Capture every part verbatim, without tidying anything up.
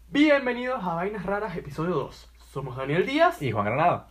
Bienvenidos a Vainas Raras, episodio dos. Somos Daniel Díaz. Y Juan Granado.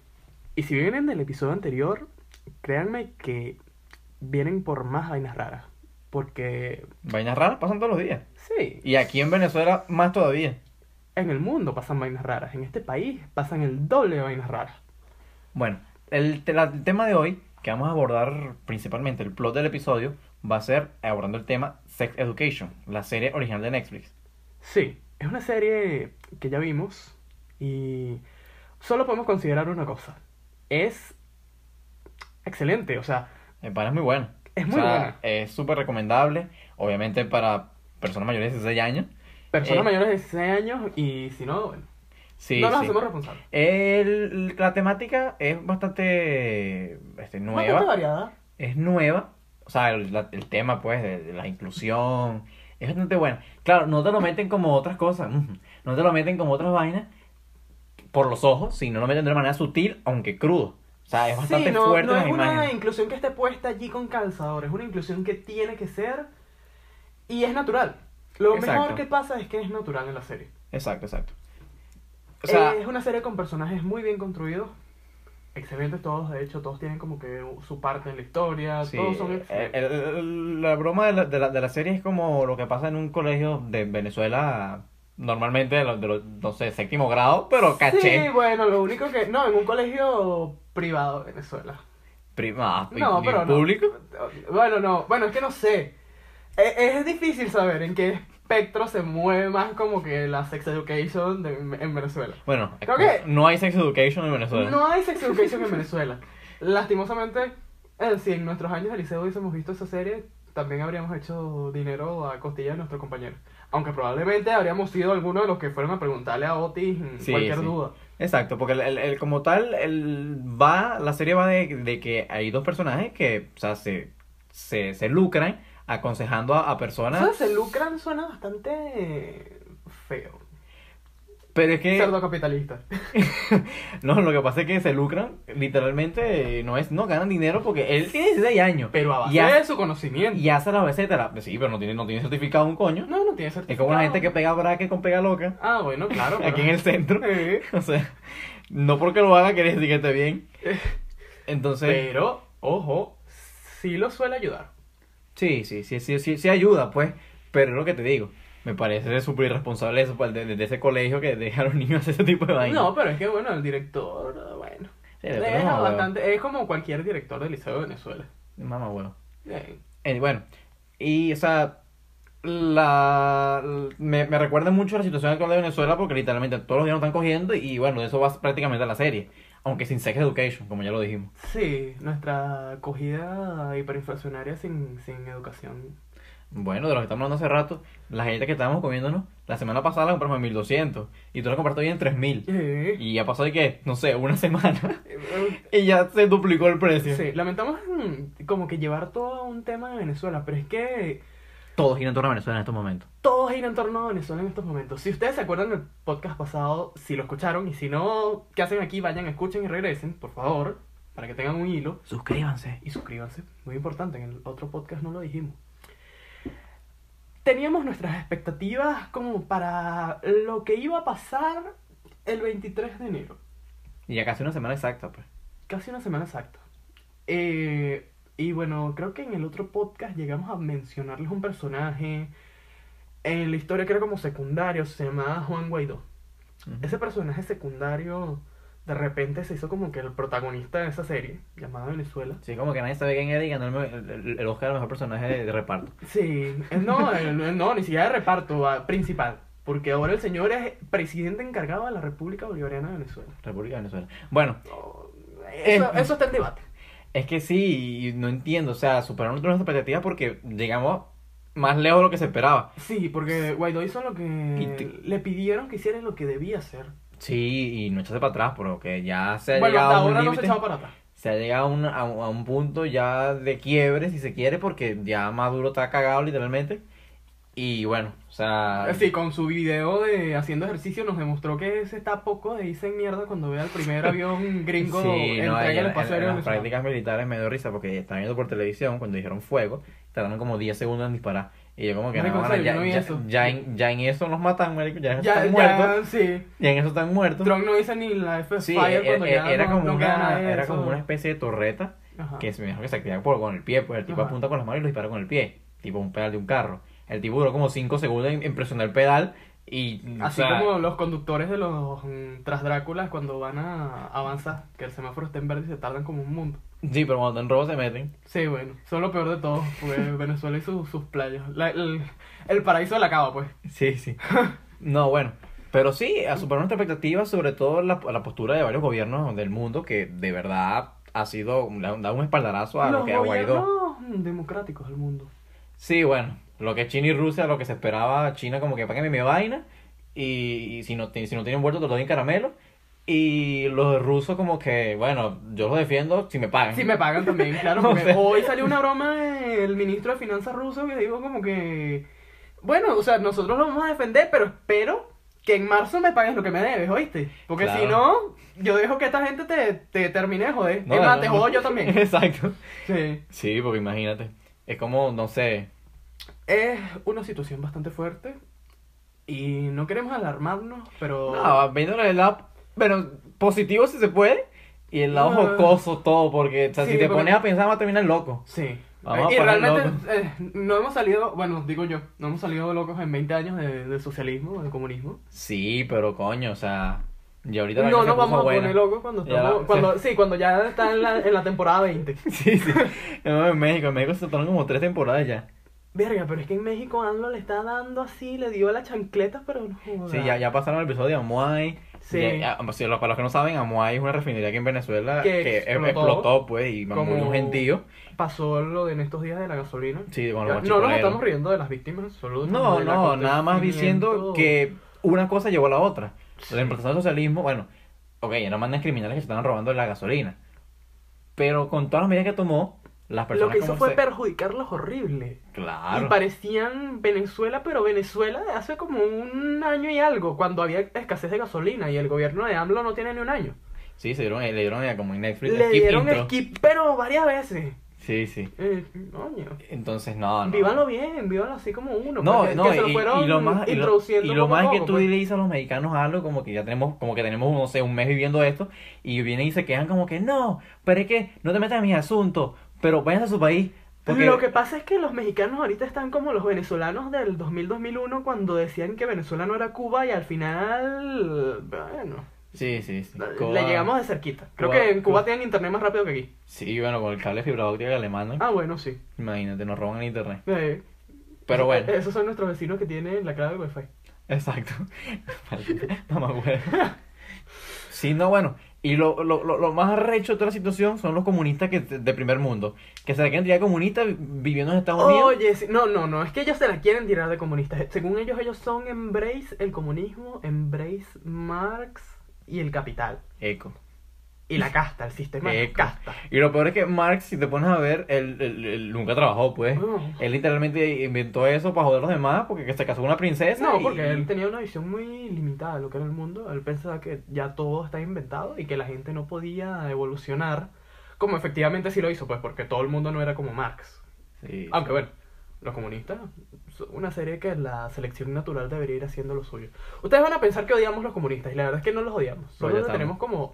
Y si vienen del episodio anterior, créanme que vienen por más vainas raras. Porque, Vainas raras pasan todos los días. sí, Y aquí en Venezuela más todavía. en el mundo pasan vainas raras. En este país pasan el doble de vainas raras. Bueno, el, te- la- el tema de hoy, que vamos a abordar principalmente, el plot del episodio, va a ser abordando el tema Sex Education, la serie original de Netflix. Sí, es una serie que ya vimos y solo podemos considerar una cosa. Es excelente, o sea, Me parece muy buena. es O muy sea, buena. es súper recomendable, obviamente para personas mayores de dieciséis años. Personas eh, mayores de dieciséis años y si no, bueno, Sí, no nos sí. hacemos responsables. El- la temática es bastante este, Bastante nueva. variada. Es nueva, o sea, el, la- el tema pues de, de la inclusión es bastante bueno. Claro, no te lo meten como otras cosas, ujú, no te lo meten como otras vainas por los ojos, sino lo meten de una manera sutil, aunque crudo. O sea, es bastante Sí, no, fuerte no las es una imágenes. inclusión que esté puesta allí con calzador, es una inclusión que tiene que ser y es natural. Lo Exacto. mejor que pasa es que es natural en la serie. Exacto, exacto. O sea, Eh, es una serie con personajes muy bien construidos, excelentes todos, de hecho todos tienen como que su parte en la historia, sí, todos son el- excelentes. el- el- la broma de la, de, la, de la serie es como lo que pasa en un colegio de Venezuela, normalmente de los, de los, no sé, séptimo grado, pero caché. Sí, bueno, lo único que... No, en un colegio privado de Venezuela. Prima, No, ni pero no. público. Bueno, no, bueno, es que no sé. Es, es difícil saber en qué espectro se mueve más como que la sex education de- en Venezuela. Bueno, Creo que- no hay sex education en Venezuela. No hay sex education en Venezuela. Lastimosamente, eh, si en nuestros años de liceo hubiésemos visto esa serie, también habríamos hecho dinero a costilla de nuestros compañeros. Aunque probablemente habríamos sido algunos de los que fueron a preguntarle a Otis mm, Sí, cualquier sí. duda. Exacto, porque el, el- el- como tal, el, va, la serie va de, de que hay dos personajes que, o sea, se, se, se lucran aconsejando a, a personas, ¿Sabes? Se lucran suena bastante feo. pero es que, Cerdo capitalista. no, lo que pasa es que se lucran, literalmente, no es, no ganan dinero porque él tiene dieciséis años, Pero a base y hace, de su conocimiento. y hace la beceta, sí, pero no tiene, no tiene certificado un coño, No, no tiene es certificado. como la gente que pega bracket con pega loca, Ah, bueno, claro. aquí pero- en el centro, Sí. o sea, no porque lo haga quiere decir que esté bien, entonces... Pero, ojo, sí lo suele ayudar. Sí, sí, sí, sí, sí, sí ayuda, pues, pero es lo que te digo, me parece súper irresponsable eso, pues, de, de- de ese colegio que deja a los niños hacer ese tipo de vainas. No, pero es que, bueno, el director, bueno, Sí, el director deja es mamá huevo. bastante, es como cualquier director del Liceo de Venezuela. Mamá huevo. Eh, Eh, bueno, y, o sea, la... Me, me recuerda mucho a la situación actual de Venezuela porque literalmente todos los días nos están cogiendo y, bueno, de eso va prácticamente a la serie, aunque sin sex education, como ya lo dijimos. Sí, nuestra acogida hiperinflacionaria sin, sin educación. Bueno, de lo que estamos hablando hace rato, las galletas que estábamos comiéndonos, la semana pasada las compramos en mil doscientos y tú las compraste hoy en tres mil. Eh, Y ya pasó de que, no sé, una semana eh, y ya se duplicó el precio. Sí, lamentamos mm, como que llevar todo un tema de Venezuela, pero es que Todo gira en torno a Venezuela en estos momentos. todo gira en torno a Venezuela en estos momentos. Si ustedes se acuerdan del podcast pasado, si lo escucharon, y si no, ¿qué hacen aquí? Vayan, escuchen y regresen, por favor, para que tengan un hilo. Suscríbanse. Y suscríbanse, muy importante, en el otro podcast no lo dijimos. Teníamos nuestras expectativas como para lo que iba a pasar el veintitrés de enero. Y ya casi una semana exacta, pues. Casi una semana exacta. Eh, y bueno, creo que en el otro podcast llegamos a mencionarles un personaje en la historia que era como secundario, se llamaba Juan Guaidó. Ese personaje secundario de repente se hizo como que el protagonista de esa serie, llamada Venezuela. Sí, como que nadie sabe quién era y ganó el, me- el, el Oscar al mejor personaje de, de reparto. Sí, eh, no, eh, no, no, ni siquiera de reparto, ah, principal. Porque ahora el señor es presidente encargado de la República Bolivariana de Venezuela. República de Venezuela. Bueno, Oh, eso, Eh, eso está en debate. es que sí, y no entiendo, o sea, superaron nuestras expectativas porque llegamos más lejos de lo que se esperaba. Sí, porque Guaidó hizo lo que Y te- le pidieron que hiciera lo que debía hacer. Sí, y no echarse para atrás, porque ya se ha Bueno, llegado hasta a un ahora no se límite. echaba para atrás. Se ha llegado a un, a, un- a un punto ya de quiebre, si se quiere, porque ya Maduro está cagado literalmente. Y bueno, o sea... Sí, con su video de haciendo ejercicio nos demostró que se está poco de irse en mierda cuando vea el primer avión gringo Sí, entrega no, el en, en- espacio en aéreo las venezolano. prácticas militares me dio risa porque estaban viendo por televisión cuando dijeron fuego, tardaron como diez segundos en disparar. Y yo como que Marico, no, en bueno, serio, ya, yo no vi ya, eso. ya en, ya en eso nos matan, marico, ya en eso Ya, están ya, muertos. sí. Ya en eso están muertos. Trump no dice ni la F Sí, Fire e- cuando e- ya era, no, como no queda nada una, de era eso. como una especie de torreta Ajá. que se me dijo que se activaba por, con el pie, pues el tipo Ajá. apunta con las manos y lo dispara con el pie, tipo un pedal de un carro. El tipo duró como cinco segundos en, en presionar el pedal y, o Así sea, como los conductores de los mm, tras Dráculas cuando van a avanzar, que el semáforo está en verde y se tardan como un mundo. sí, pero cuando están en robo se meten. Sí, bueno, son lo peor de todo, porque Venezuela y sus sus playas. La- el, el paraíso de la cava, pues. Sí, sí. No, bueno, pero sí, a superar nuestras expectativas, sobre todo la, la postura de varios gobiernos del mundo que de verdad ha sido, le han dado un espaldarazo a lo Los que a Guaidó. gobiernos democráticos del mundo. Sí, bueno, lo que es China y Rusia, lo que se esperaba, China como que págame mi vaina y, y si no, ti- si no tienen vuelto te lo doy en caramelo. Y los rusos como que, bueno, yo los defiendo si me pagan. Sí, me pagan también, claro, O porque sea. hoy salió una broma del ministro de Finanzas ruso que dijo como que, bueno, o sea, nosotros lo vamos a defender, pero espero que en marzo me pagues lo que me debes, ¿oíste? Porque Claro. si no, yo dejo que esta gente te, te termine de joder. No, es más, no, te no. jodo yo también. Exacto. Sí. Sí, porque imagínate. Es como, no sé. Es una situación bastante fuerte y no queremos alarmarnos, pero... No, viéndole el lado, bueno, positivo si se puede. Y el lado Ah. jocoso todo, porque, o sea, Sí, si te porque- pones a pensar, va a terminar loco. Sí. Vamos a y poner realmente locos. eh, no hemos salido, bueno, digo yo, no hemos salido locos en veinte años de, de socialismo, de comunismo. Sí, pero coño, o sea, y ahorita la No cosa nos se puso vamos a buena. poner locos cuando Ya estamos, la- cuando, sí, cuando ya está en la, en la temporada veinte. Sí, sí. No, en México, en México se tomaron como tres temporadas ya. Verga, pero es que en México AMLO le está dando así, le dio la chancleta, pero no joda. Sí, ya, ya pasaron el episodio de Amuay. Sí. Ya- ya, sí, lo- para los que no saben, Amuay es una refinería aquí en Venezuela Que que, explotó. explotó, pues, y Como- murió un gentío. Pasó lo de en estos días de la gasolina. Sí, con Ya, los no nos guachicoleros. estamos riendo de las víctimas, solo No, del no, nada más diciendo acontecimiento. que una cosa llevó a la otra. Sí. La implantación del socialismo, bueno, ok, eran bandas criminales que se estaban robando la gasolina. Pero con todas las medidas que tomó, las personas Lo que hizo como fue se- perjudicarlos horrible. Claro. Y parecían Venezuela, pero Venezuela de hace como un año y algo, cuando había escasez de gasolina y el gobierno de AMLO no tiene ni un año. Sí, se dieron, le dieron eh, como en Netflix, Le skip dieron intro. skip, pero varias veces. Sí, sí. Eh, coño. Entonces, no, no. Vívanlo bien, vívanlo así como uno. No, porque no, que se lo y, fueron y lo más, y lo, introduciendo y lo poco a más es que poco, tú pues. le dices a los mexicanos algo como que ya tenemos, como que tenemos, no sé, un mes viviendo esto, y vienen y se quejan como que no, pero es que no te metas en mis asuntos, pero váyanse a su país. Porque... Lo que pasa es que los mexicanos ahorita están como los venezolanos del dos mil dos mil uno cuando decían que Venezuela no era Cuba y al final, bueno, Sí, sí, sí. le Cuba- llegamos de cerquita. Creo Cuba- que en Cuba Cuba- tienen internet más rápido que aquí. Sí, bueno, con el cable fibra óptica que le mandan, Ah, bueno, sí. imagínate, nos roban el internet. Eh, Pero bueno, Esos son nuestros vecinos que tienen la clave de Wi-Fi. exacto. Mamá huevo. Sí, no, bueno. Y lo, lo, lo, lo más arrecho de toda la situación son los comunistas que de primer mundo. Que se la quieren tirar comunistas viviendo en Estados Unidos. Oye, sí, no, no, no, es que ellos se la quieren tirar de comunistas. Según ellos, ellos son embrace el comunismo, embrace Marx y el capital. Eco. Y la casta, el sistema de Eco. casta. Y lo peor es que Marx, si te pones a ver, él, él- él nunca trabajó, pues. Oh. Él literalmente inventó eso para joder a los demás porque que se casó con una princesa. No, y- porque él tenía una visión muy limitada de lo que era el mundo. Él pensaba que ya todo está inventado y que la gente no podía evolucionar como efectivamente sí lo hizo, pues porque todo el mundo no era como Marx. Sí. Aunque bueno, los comunistas son una serie que la selección natural debería ir haciendo lo suyo. Ustedes van a pensar que odiamos los comunistas y la verdad es que no los odiamos. Solo ya los estamos. tenemos como...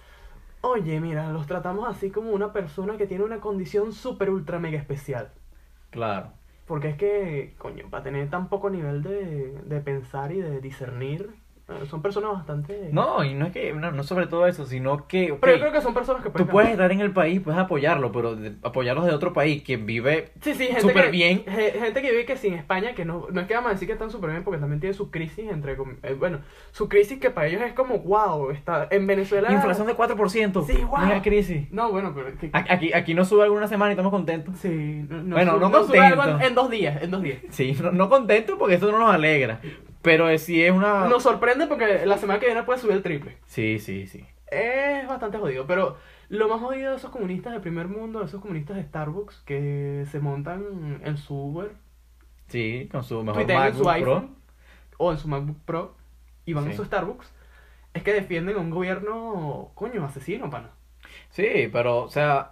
Oye, mira, los tratamos así como una persona que tiene una condición súper ultra mega especial. Claro. Porque es que, coño, para tener tan poco nivel de, de pensar y de discernir, eh, son personas bastante... No, y no es que, no, no sobre todo eso, sino que, ok, Pero yo creo que son personas que tú pueden puedes cambiar. estar en el país, puedes apoyarlo, pero de- apoyarlos de otro país que vive Sí, sí, gente súper que, bien. ge- gente que vive que sí en España, que no, no es que vamos a decir que están súper bien porque también tiene su crisis entre... com- eh, bueno, su crisis que para ellos es como, wow, está en Venezuela... Inflación de cuatro por ciento. Sí, guau. Mega crisis. No, bueno, pero... que- A- Aquí, aquí no sube alguna semana y estamos contentos. sí, no, no Bueno, sube- no sube algo contento. en, en dos días, en dos días. Sí, no, no contentos porque eso no nos alegra. Pero es- sí es una... Nos sorprende porque la semana que viene puede subir el triple. Sí, sí, sí. Es bastante jodido, pero lo más jodido de esos comunistas del primer mundo, de esos comunistas de Starbucks que se montan en su Uber, Sí, con su mejor tuitean en su MacBook Pro. iPhone o en su MacBook Pro y van Sí. a su Starbucks, es que defienden a un gobierno, coño, asesino, pana. Sí, pero, o sea,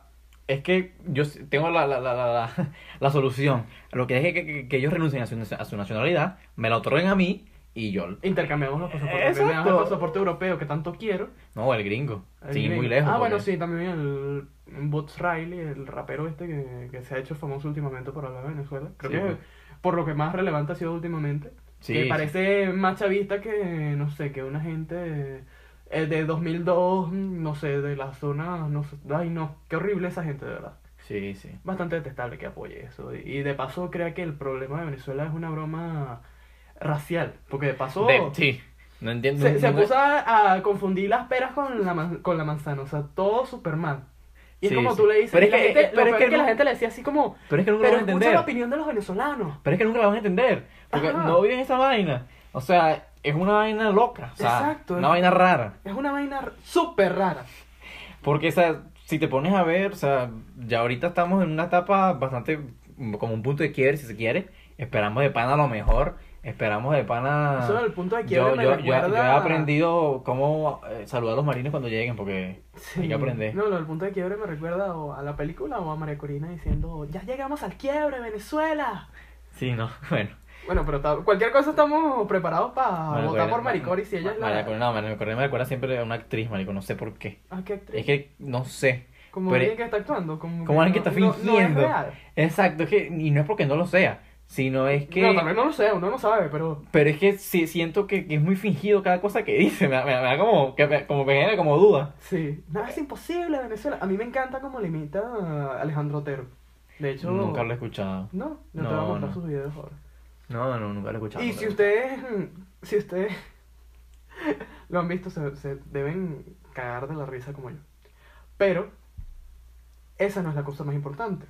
es que yo s- tengo la, la, la, la, la, la solución. Lo que es que, que, que ellos renuncien a su, a su nacionalidad, me la otorguen a mí y yo... Intercambiamos los pasaportes. Me das el Exacto. pasaporte europeo que tanto quiero. No, el gringo. el Sí, gringo. muy lejos. Ah, bueno, porque- sí, también el Boots Riley, el rapero este que, que se ha hecho famoso últimamente por hablar de Venezuela. Creo Sí, que pues. por lo que más relevante ha sido últimamente. Sí, que sí. parece más chavista que, no sé, que una gente eh, de dos mil dos, no sé, de la zona, no sé. Ay, no, qué horrible esa gente, de verdad. Sí, sí. Bastante detestable que apoye eso. Y de paso crea que el problema de Venezuela es una broma racial. Porque de paso De- sí, no entiendo. se, se nunca- puso a, a confundir las peras con la, man- con la manzana. O sea, todo súper mal. Y es Sí, como sí. tú le dices, Pero y es la que- gente, eh, lo pero es peor que es que la no- gente le decía así como, Pero es que nunca lo pero van a escucha entender. la opinión de los venezolanos. Pero es que nunca la van a entender. Porque Ajá. no viven esa vaina. O sea, es una vaina loca. O sea, Exacto, una es- vaina rara. Es una vaina r- súper rara. Porque, o sea, si te pones a ver, o sea, ya ahorita estamos en una etapa bastante, mm, como un punto de quiebre, si se quiere. Esperamos de pana lo mejor. Esperamos de pana... Eso del punto de quiebre yo, me yo, yo, yo he recuerda- aprendido cómo eh, saludar a los marines cuando lleguen, porque hay que aprender. No, lo del punto de quiebre me recuerda o a la película o a María Corina diciendo, ya llegamos al quiebre, Venezuela. Sí, no, bueno. Bueno, pero ta- cualquier cosa estamos preparados para María votar Corina- por Maricori si ella es la... María Corina, no, María Corina me recuerda siempre a una actriz, marico, no sé por qué. Ah, ¿qué actriz? Es que, no sé. Como pero- alguien que está actuando. Como, Como alguien que está no- no- fingiendo. No, es real. Exacto, es que, y no es porque no lo sea, sino es que... No, tal vez no lo sé, uno no sabe, pero... Pero es que sí, siento que, que es muy fingido cada cosa que dice, me, da- me, da- me da como, que me, como me genera como duda. Sí. Nada es imposible, Venezuela. A mí me encanta cómo limita a Alejandro Otero. De hecho... Nunca lo he escuchado. No, no, te No, voy a contar no. sus videos ahora. No, no, nunca lo he escuchado. Y si ustedes, si ustedes lo han visto, se, se deben cagar de la risa como yo. Pero esa no es la cosa más importante.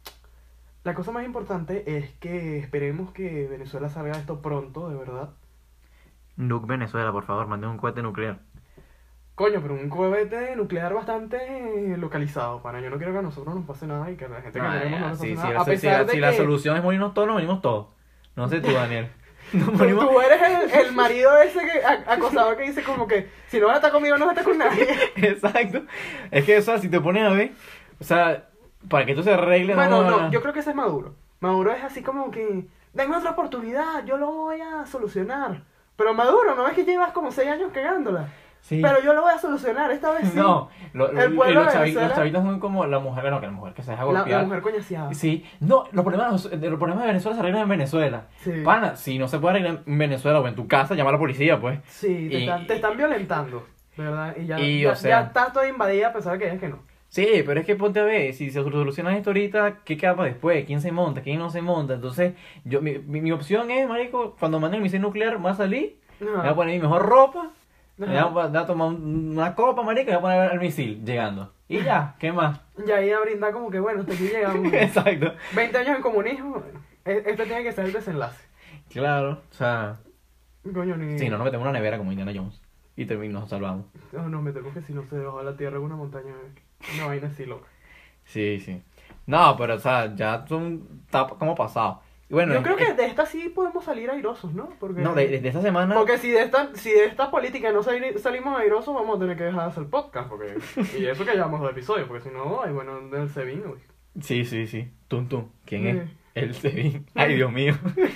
La cosa más importante es que esperemos que Venezuela salga de esto pronto, de verdad. Nuke Venezuela, por favor, manden un cohete nuclear. Coño, pero un cohete nuclear bastante localizado, para yo no quiero que a nosotros nos pase nada y que a la gente que Ah, queremos no ya, nos sí, pase sí, nada. la- A si pesar la, de si que la solución es morirnos todos, nos morimos todos. No sé tú, Daniel. Nos tú, morimos... tú eres el, el marido ese que, a- acosador que dice como que si no vas a estar conmigo, no vas a estar con nadie. Exacto. Es que, o sea, si te pones a ver, o sea, para que esto se arregle, Bueno, no, no, yo creo que ese es Maduro. Maduro es así como que, denme otra oportunidad, yo lo voy a solucionar. Pero Maduro, ¿no ves que llevas como seis años cagándola? Sí. Pero yo lo voy a solucionar, esta vez sí. No, lo- lo- El pueblo los, de chavi- Venezuela- los chavitos son como la mujer, bueno, que la mujer que se deja la, golpear. la mujer coñaseada. Sí, no, los problemas, de- los problemas de Venezuela se arreglan en Venezuela. Sí. Pana, si no se puede arreglar en Venezuela o en tu casa, llama a la policía, pues. Sí, te, Y- están, te están violentando, de verdad. Y ya, Y, ya, o sea- ya estás toda invadida a pesar de que es que no. Sí, pero es que ponte a ver, si se soluciona esto ahorita, ¿qué queda para después? ¿Quién se monta? ¿Quién no se monta? Entonces, yo mi, mi, mi opción es, marico, cuando manden el misil nuclear, voy a salir, me voy a poner mi mejor ropa, me voy a, me voy a tomar un- una copa, marico, y voy a poner el misil llegando. Y ya, ¿qué más? Y ahí a brindar como que bueno, hasta aquí llegamos. Exacto. veinte años en comunismo, bueno, e- este tiene que ser el desenlace. Claro, o sea, Coño, ni... si no nos metemos en una nevera como Indiana Jones y, te- y nos salvamos. No, no, me tengo que si no se debajo de la tierra en una montaña. Una vaina así loca. Sí, sí. No, pero o sea, ya son está como pasado. Y bueno, Yo es- creo que es- de esta sí podemos salir airosos, ¿no? Porque, no, de, de- de esta semana porque si de esta si de esta política no sali- salimos airosos, vamos a tener que dejar de hacer podcast. Porque... Y eso que llevamos dos episodios, porque si no, ay, bueno, del Sebin, uy. sí, sí, sí. Tum tum. ¿Quién Sí. es? El Sevin. Ay, Dios mío.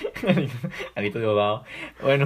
Alito Diosdado. Bueno,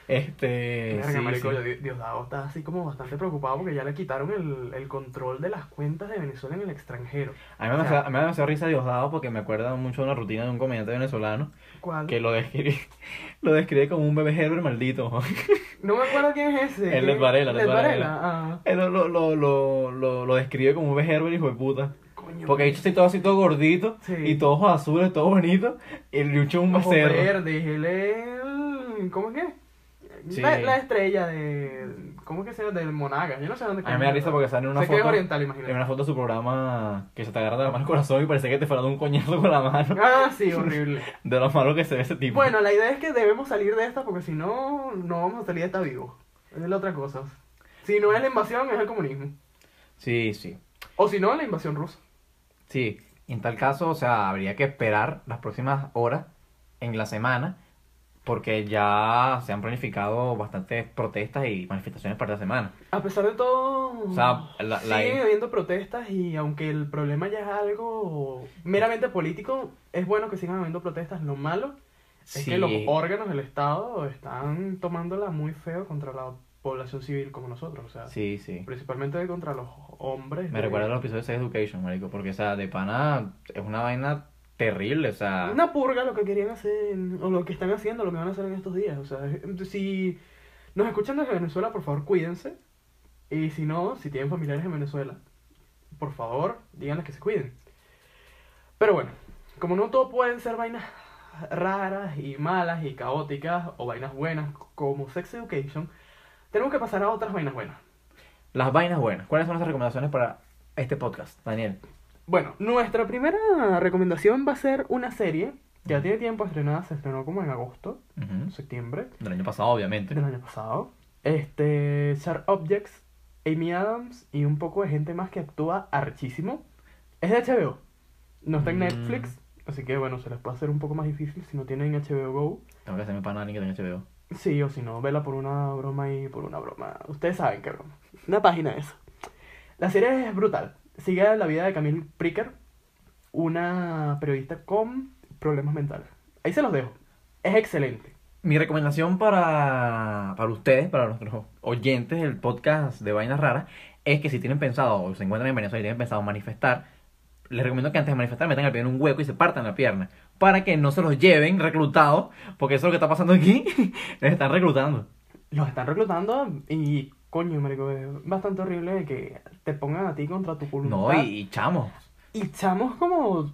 este Verga, sí, marico, sí. yo- Diosdado está así como bastante preocupado porque ya le quitaron el, el control de las cuentas de Venezuela en el extranjero. A mí me O hace, sea- a mí me hace risa Diosdado porque me acuerda mucho de una rutina de un comediante venezolano ¿Cuál? que lo describe, lo describe como un bebé Herbert maldito. No me acuerdo quién es ese. El ¿Quién- Led Varela, Led Led Varela. Ah, Él lo, lo, lo, lo, lo, lo describe como un bebé Herbert, hijo de puta. coño. Porque el bicho así todo así todo gordito Sí. y todos ojos azules, todo bonito. Y el bicho un Ojo becerro. verde, él es el... ¿Cómo es que? Sí. La, la estrella de... ¿Cómo es que se llama? Del Monaga. Yo no sé dónde... A mí me da risa porque sale en una Sé que es foto. oriental, En imagínate. una foto de su programa que se te agarra de la mano al corazón y parece que te fuera de un coñazo con la mano. Ah, sí, horrible. De lo malo que se ve ese tipo. Bueno, la idea es que debemos salir de esta porque si no, no vamos a salir de esta vivos. Es la otra cosa. Si no es la invasión, es el comunismo. Sí, sí. O si no, la invasión rusa. Sí. En tal caso, o sea, habría que esperar las próximas horas en la semana porque ya se han planificado bastantes protestas y manifestaciones para esta semana. A pesar de todo, O sea, la- la- siguen habiendo protestas y aunque el problema ya es algo meramente político, es bueno que sigan habiendo protestas. Lo malo es Sí. que los órganos del Estado están tomándola muy feo contra la población civil como nosotros, o sea, Sí, sí. principalmente contra los hombres. Me de- recuerda a los episodios de Sex Education, marico, porque, o sea, de pana es una vaina terrible, o sea... Una purga lo que querían hacer, o lo que están haciendo, lo que van a hacer en estos días. O sea, si nos escuchan desde Venezuela, por favor, cuídense. Y si no, si tienen familiares en Venezuela, por favor, díganles que se cuiden. Pero bueno, como no todo pueden ser vainas raras y malas y caóticas, o vainas buenas como Sex Education, tenemos que pasar a otras vainas buenas. Las vainas buenas. ¿Cuáles son nuestras recomendaciones para este podcast, Daniel? Bueno, nuestra primera recomendación va a ser una serie que ya tiene tiempo estrenada, se estrenó como en agosto, Ujú. septiembre Del año pasado, obviamente. del año pasado. Este, Sharp Objects, Amy Adams y un poco de gente más que actúa archísimo. Es de H B O, no está en Mm. Netflix, así que bueno, se les puede hacer un poco más difícil si no tienen H B O Go. Tengo que hacerme pana que tenga H B O. Sí, o si no, vela por una broma y por una broma. Ustedes saben qué broma. Una página esa. La serie es brutal. Sigue la vida de Camille Pricker, una periodista con problemas mentales. Ahí se los dejo. Es excelente. Mi recomendación para, para ustedes, para nuestros oyentes del podcast de Vainas Raras, es que si tienen pensado, o se encuentran en Venezuela y tienen pensado manifestar, les recomiendo que antes de manifestar metan el pie en un hueco y se partan la pierna, para que no se los lleven reclutados, porque eso es lo que está pasando aquí, les están reclutando. Los están reclutando y, coño, marico, es bastante horrible que te pongan a ti contra tu voluntad. No, y, y chamos, Y chamos como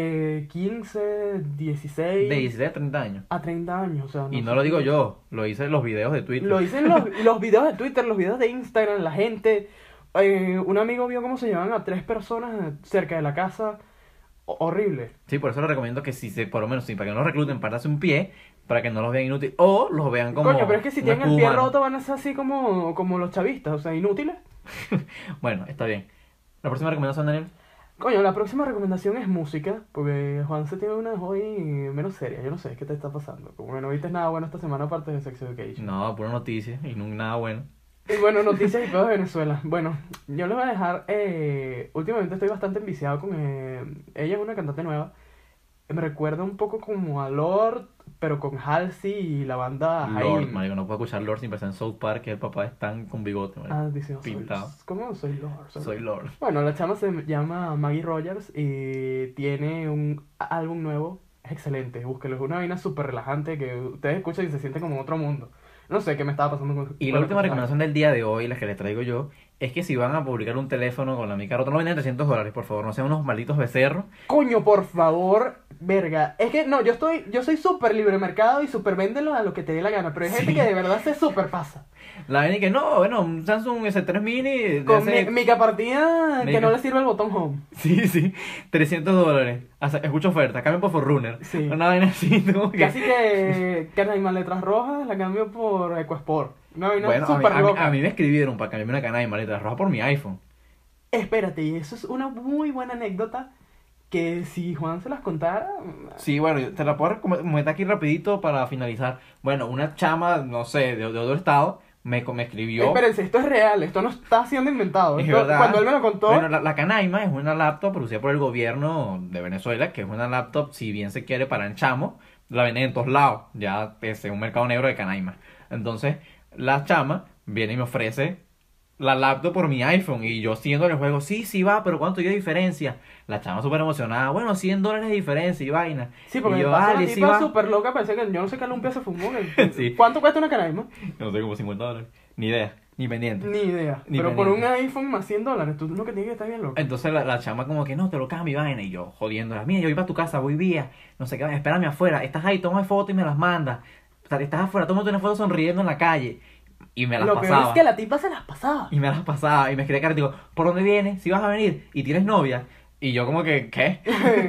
de quince, dieciséis de dieciséis a treinta años. a treinta años. O sea, Y no sé lo digo qué- yo, lo hice en los videos de Twitter. Lo dicen los, los videos de Twitter, los videos de Instagram, la gente. Eh, un amigo vio cómo se llevaban a tres personas cerca de la casa. Ho- horrible. Sí, por eso les recomiendo que si se, por lo menos, si para que no los recluten, partarse un pie, para que no los vean inútiles, o los vean como Coño, pero es que si un tienen el escudo pie humano. roto van a ser así como, como los chavistas, o sea, inútiles. Bueno, está bien. La próxima recomendación, Daniel. Coño, la próxima recomendación es música, porque Juan se tiene una hoy menos seria. Yo no sé qué te está pasando. Como que no viste nada bueno esta semana aparte de Sex Education. No, pura noticia y no nada bueno. Y bueno, noticias y cosas de Venezuela. Bueno, yo les voy a dejar. Eh, últimamente estoy bastante enviciado con. Eh, ella es una cantante nueva. Me recuerda un poco como a Lord, pero con Halsey y la banda Lord, Haim. marico, no puedo escuchar Lord sin pensar en South Park, que el papá es tan con bigote, marico. Ah, dice, soy, Pintado. ¿cómo? Soy Lord. Soy Lord. Bueno, la chama se llama Maggie Rogers y tiene un álbum nuevo. Es excelente, búsquelo. Es una vaina súper relajante que ustedes escuchan y se sienten como en otro mundo. No sé qué me estaba pasando con Y con la el última personaje. recomendación del día de hoy, la que les traigo yo, es que si van a publicar un teléfono con la mica rota, no venden trescientos dólares, por favor, no sean unos malditos becerros. Coño, por favor, verga. Es que no, yo estoy, yo soy súper libre mercado y súper véndelo a lo que te dé la gana. Pero hay gente Sí. que de verdad se súper pasa. La ven y que no, bueno, un Samsung S tres Mini de Con ese- mi, mica partida que Mica. no le sirve el botón home. Sí, sí, trescientos dólares. Hasta- Escucho oferta, cambio por Forerunner. Sí. Una vaina así, como que... Casi que, que Canaima letras rojas la cambio por EcoSport. Una vaina Bueno, a mí, súper a mí- loca. a mí me escribieron para cambiarme una cana de maleta roja por mi iPhone. Espérate, y eso es una muy buena anécdota que si Juan se las contara... Sí, bueno, yo te la puedo recom- comentar aquí rapidito para finalizar. Bueno, una chama, no sé, de, de otro estado, me, me escribió... Espérense, esto es real, esto no está siendo inventado. Es Esto- verdad. cuando él me lo contó... Bueno, la, la Canaima es una laptop producida por el gobierno de Venezuela, que es una laptop, si bien se quiere, para en chamo, la venden en todos lados, ya es un mercado negro de Canaima. Entonces, la chama viene y me ofrece la laptop por mi iPhone, y yo siguiendo el juego, sí, sí va, pero ¿cuánto hay de diferencia? La chama súper emocionada, bueno, cien dólares de diferencia y vaina. Sí, porque y me yo, pasó "Vale, una sí tipa va". súper loca, pensé que yo no sé qué lumpia se fumó. que- Sí. ¿Cuánto cuesta una Canaima? No sé, como cincuenta dólares. Ni idea, ni pendiente. Ni idea. Ni Pero por un pendiente. iPhone más cien dólares, tú lo que tienes que estar bien loco. Entonces la, la chama como que no, te lo cambio y vaina. Y yo jodiéndola, mira, yo voy para tu casa, voy vía, no sé qué, espérame afuera, estás ahí, toma fotos y me las manda. O sea, estás afuera, tómate una foto sonriendo en la calle. Y me las Lo peor pasaba. es que la tipa se las pasaba. Y me las pasaba. Y me escribía cara, digo, ¿por dónde vienes? Si vas a venir y tienes novia. Y yo como que, ¿qué?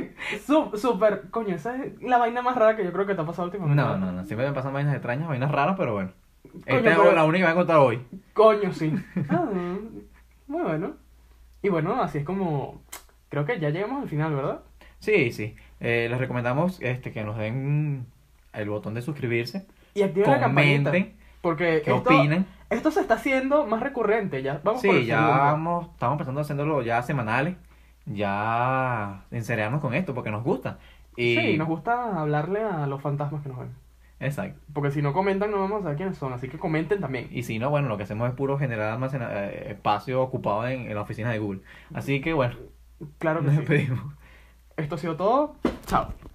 Sú- Súper, coño, esa es la vaina más rara que yo creo que te ha pasado últimamente. No, no, no, siempre me pasan vainas extrañas, vainas raras, pero bueno. Esta es pero- la única que voy a contar hoy. Coño, sí. Ah, muy bueno. Y bueno, así es como... Creo que ya llegamos al final, ¿verdad? Sí, sí. Eh, les recomendamos este, que nos den el botón de suscribirse Y activen la campanita. comenten Porque qué esto, opinan. esto se está haciendo más recurrente. Ya vamos por Sí, el ya segundo. vamos, estamos empezando a haciéndolo ya semanales, ya enseñarnos con esto porque nos gusta. Y Sí, nos gusta hablarle a los fantasmas que nos ven. exacto. Porque si no comentan, no vamos a saber quiénes son. Así que comenten también. Y si no, bueno, lo que hacemos es puro generar almacena- eh, espacio ocupado en, en la oficina de Google. Así que bueno, Claro que nos sí. despedimos. Esto ha sido todo. Chao.